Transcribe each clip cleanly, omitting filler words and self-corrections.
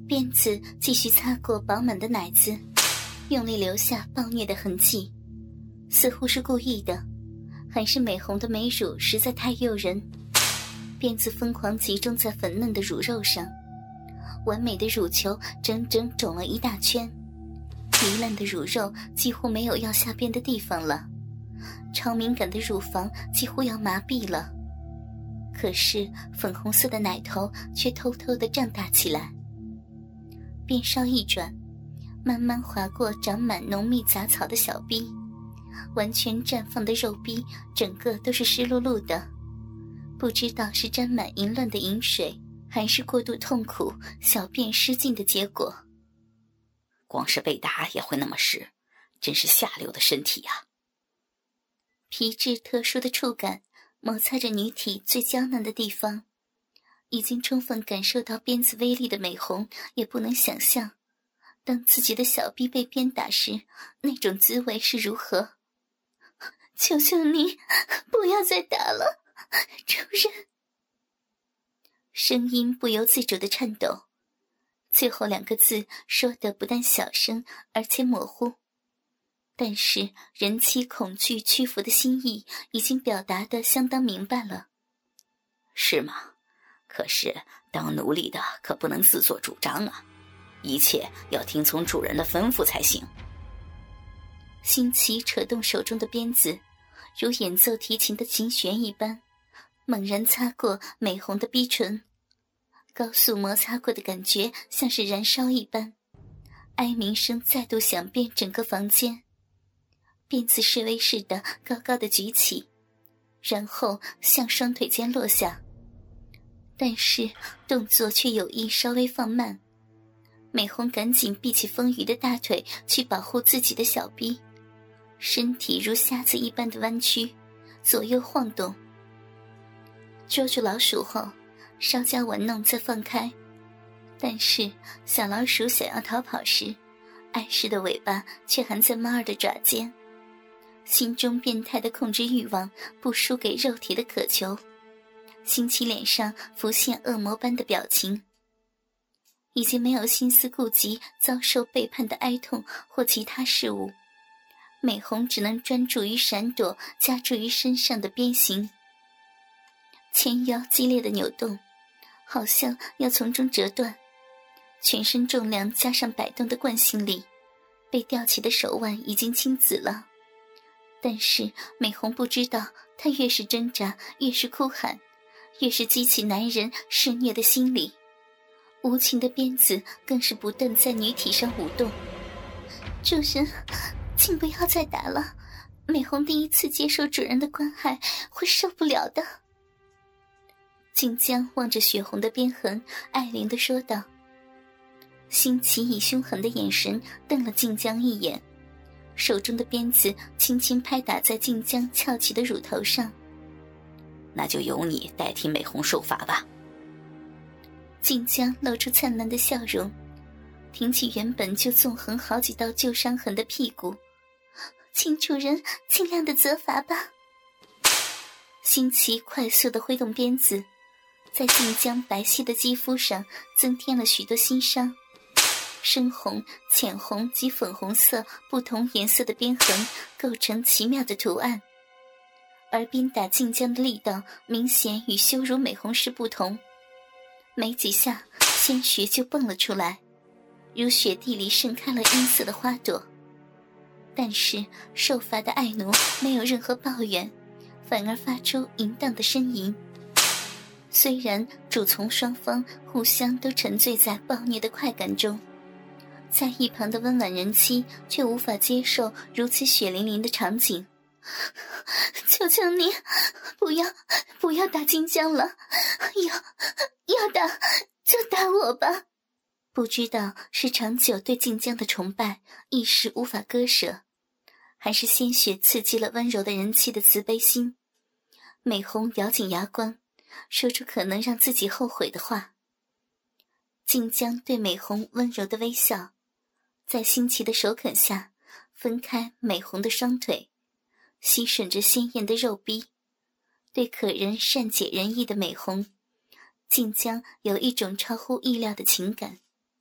鞭子继续擦过饱满的奶子，用力留下暴虐的痕迹，似乎是故意的，还是美红的美乳实在太诱人。鞭子疯狂集中在粉嫩的乳肉上，完美的乳球整整肿了一大圈，糜烂的乳肉几乎没有要下鞭的地方了，超敏感的乳房几乎要麻痹了。可是粉红色的奶头却偷偷地胀大起来，鞭梢一转，慢慢划过长满浓密杂草的小臂，完全绽放的肉壁整个都是湿漉漉的，不知道是沾满淫乱的饮水，还是过度痛苦小便失禁的结果。 光是被打也会那么湿，真是下流的身体呀！ 皮质特殊的触感摩擦着女体最娇嫩的地方，已经充分感受到鞭子威力的美红也不能想象，当自己的小臂被鞭打时，那种滋味是如何。求求你，不要再打了，主人。声音不由自主地颤抖，最后2个字说得不但小声，而且模糊。但是人妻恐惧屈服的心意已经表达得相当明白了。 是吗？可是当奴隶的可不能自作主张啊，一切要听从主人的吩咐才行。 新奇扯动手中的鞭子，如演奏提琴的琴弦一般，猛然擦过美红的逼唇，高速摩擦过的感觉像是燃烧一般，哀鸣声再度响遍整个房间。鞭子示威似的高高的举起，然后向双腿间落下，但是动作却有意稍微放慢。美红赶紧闭起丰腴的大腿去保护自己的小臂，身体如瞎子一般的弯曲，左右晃动。捉住老鼠后，稍加玩弄再放开，但是小老鼠想要逃跑时，碍事的尾巴却还在猫儿的爪间，心中变态的控制欲望不输给肉体的渴求，新奇脸上浮现恶魔般的表情，已经没有心思顾及遭受背叛的哀痛或其他事物，美红只能专注于闪躲加注于身上的鞭刑。前腰激烈的扭动，好像要从中折断，全身重量加上摆动的惯性力，被吊起的手腕已经青紫了。但是美红不知道，她越是挣扎，越是哭喊，越是激起男人施虐的心理。无情的鞭子更是不断在女体上舞动。主人，请不要再打了，美红第一次接受主人的关爱，会受不了的。静江望着血红的鞭痕，爱怜地说道。新奇以凶狠的眼神瞪了静江一眼，手中的鞭子轻轻拍打在静江翘起的乳头上。 那就由你代替美红受罚吧。 静江露出灿烂的笑容，挺起原本就纵横好几道旧伤痕的屁股，请主人尽量的责罚吧。新奇快速地挥动鞭子，在静江白皙的肌肤上增添了许多新伤，深红、浅红及粉红色不同颜色的鞭痕构成奇妙的图案，而鞭打静江的力道明显与羞辱美红时不同，没几下鲜血就迸了出来，如雪地里盛开了阴色的花朵。但是受罚的爱奴没有任何抱怨，反而发出淫荡的呻吟。虽然主从双方互相都沉醉在暴虐的快感中，在一旁的温婉人妻却无法接受如此血淋淋的场景。求求你，不要打静江了，要打就打我吧。不知道是长久对静江的崇拜一时无法割舍，还是鲜血刺激了温柔的人妻的慈悲心，美红咬紧牙关，说出可能让自己后悔的话。静江对美红温柔的微笑，在新奇的手啃下分开美红的双腿，吸吮着鲜艳的肉壁。对可人善解人意的美红，静江有一种超乎意料的情感，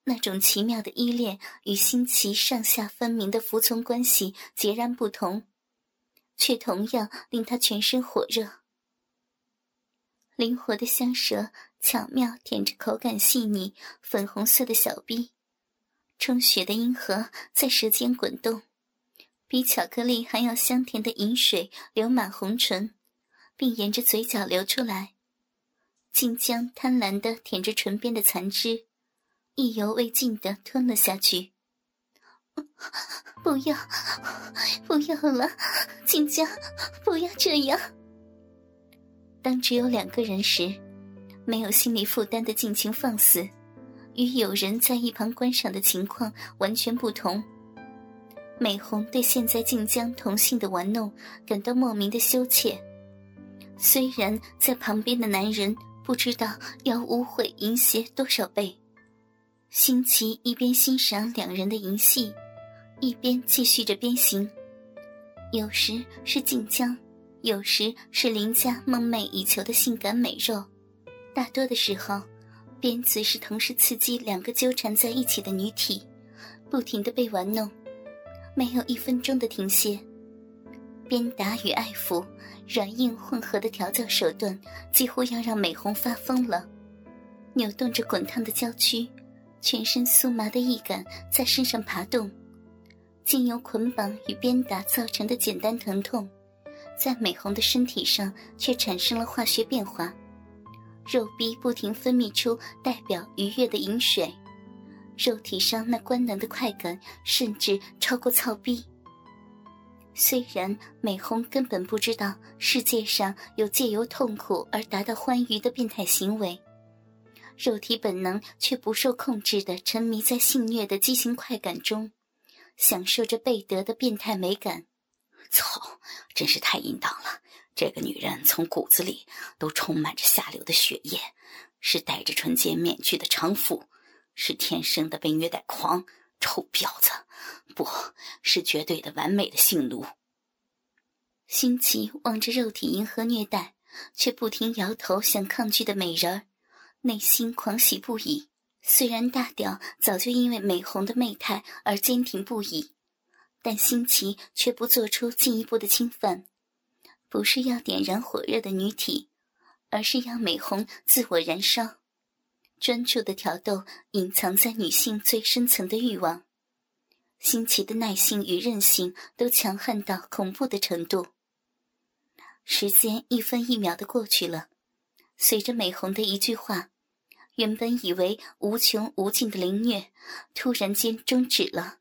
那种奇妙的依恋与新奇上下分明的服从关系截然不同，却同样令他全身火热。灵活的香舌巧妙舔着口感细腻粉红色的小臂，充血的阴核在舌尖滚动，比巧克力还要香甜的饮水流满红唇，并沿着嘴角流出来。静江贪婪地舔着唇边的残汁，意犹未尽地吞了下去。不要，不要了，静江，不要这样。当只有2个人时，没有心理负担的尽情放肆，与有人在一旁观赏的情况完全不同。美红对现在静江同性的玩弄感到莫名的羞怯，虽然在旁边的男人不知道要污秽淫邪多少倍。新奇一边欣赏2人的淫戏，一边继续着鞭刑，有时是静江，有时是邻家梦寐以求的性感美肉，大多的时候鞭子是同时刺激2个纠缠在一起的女体，不停地被玩弄，没有1分钟的停歇。鞭打与爱抚软硬混合的调教手段几乎要让美红发疯了，扭动着滚烫的娇躯，全身酥麻的异感在身上爬动，经由捆绑与鞭打造成的简单疼痛，在美红的身体上却产生了化学变化，肉壁不停分泌出代表愉悦的饮水，肉体上那官能的快感甚至超过操逼。虽然美红根本不知道世界上有借由痛苦而达到欢愉的变态行为，肉体本能却不受控制地沉迷在性虐的激情快感中，享受着被得的变态美感。 操，真是太淫荡了，这个女人从骨子里都充满着下流的血液，是戴着纯洁面具的娼妇，是天生的被虐待狂，臭婊子，不是绝对的完美的性奴。 新奇望着肉体迎合虐待却不停摇头想抗拒的美人儿，内心狂喜不已。虽然大屌早就因为美红的媚态而坚挺不已，但新奇却不做出进一步的侵犯，不是要点燃火热的女体，而是要美红自我燃烧，专注地挑逗隐藏在女性最深层的欲望。新奇的耐性与韧性都强悍到恐怖的程度。时间1分1秒地过去了，随着美红的一句话，原本以为无穷无尽的凌虐突然间终止了。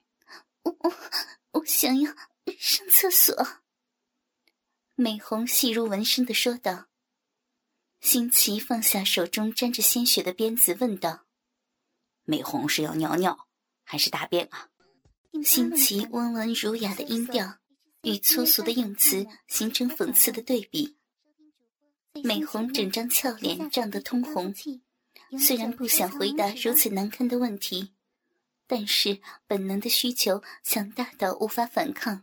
我想要上厕所。美红细如蚊声地说道。新奇放下手中沾着鲜血的鞭子问道： 美红是要尿尿还是大便啊？ 新奇温文儒雅的音调与粗俗的用词形成讽刺的对比。美红整张俏脸涨得通红，虽然不想回答如此难堪的问题，但是本能的需求强大到无法反抗。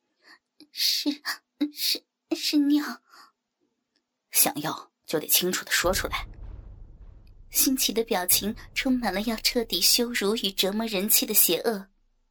是尿。 想要就得清楚地说出来。 新奇的表情充满了要彻底羞辱与折磨人妻的邪恶。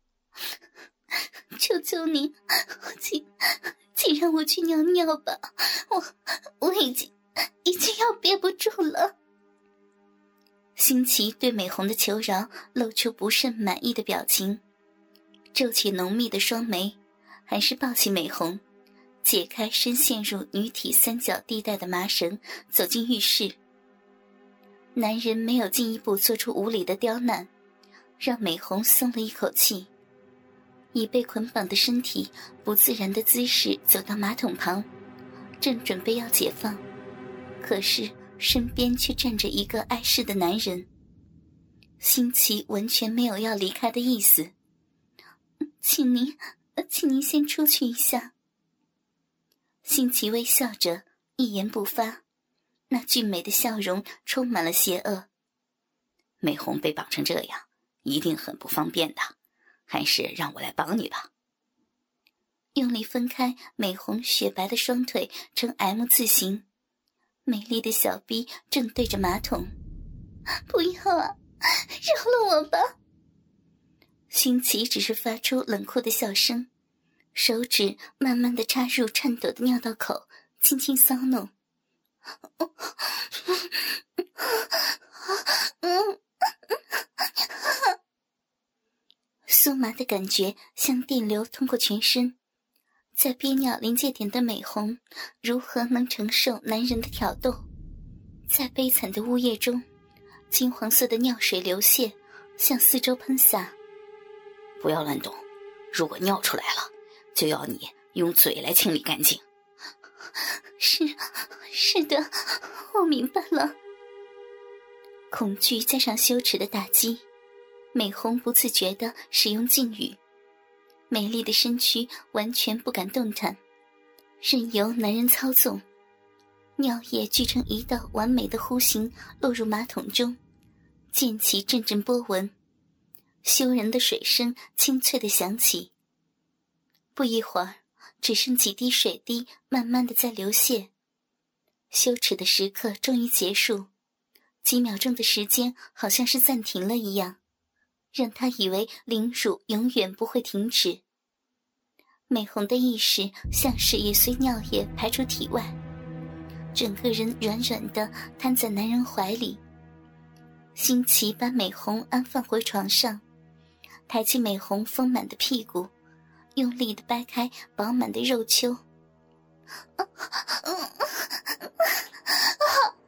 求求你，请让我去尿尿吧，我已经要憋不住了。新奇对美红的求饶露出不甚满意的表情，皱起浓密的双眉，还是抱起美红，解开深陷入女体三角地带的麻绳，走进浴室。男人没有进一步做出无理的刁难，让美红松了一口气，以被捆绑的身体不自然的姿势走到马桶旁，正准备要解放，可是身边却站着一个碍事的男人。新奇完全没有要离开的意思。请您先出去一下。新奇微笑着，一言不发，那俊美的笑容充满了邪恶。 美红被绑成这样，一定很不方便的，还是让我来帮你吧。 用力分开美红雪白的双腿呈 M 字形，美丽的小臂正对着马桶。不要啊， 饶了我吧。勋奇只是发出冷酷的笑声，手指慢慢地插入颤抖的尿道口，轻轻搔弄。酥麻的感觉像电流通过全身，在憋尿临界点的美红如何能承受男人的挑逗？在悲惨的呜咽中，金黄色的尿水流泻，向四周喷洒。 不要乱动，如果尿出来了，就要你用嘴来清理干净。 是的，我明白了。恐惧加上羞耻的打击，美红不自觉地使用禁语，美丽的身躯完全不敢动弹，任由男人操纵。尿液聚成一道完美的弧形落入马桶中，溅起阵阵波纹，羞人的水声清脆地响起。不一会儿，只剩几滴水滴慢慢地在流泻。羞耻的时刻终于结束，几秒钟的时间好像是暂停了一样，让他以为凌辱永远不会停止。美红的意识像是也随尿液排出体外，整个人软软地瘫在男人怀里。辛奇把美红安放回床上，抬起美红丰满的屁股，用力地掰开饱满的肉丘。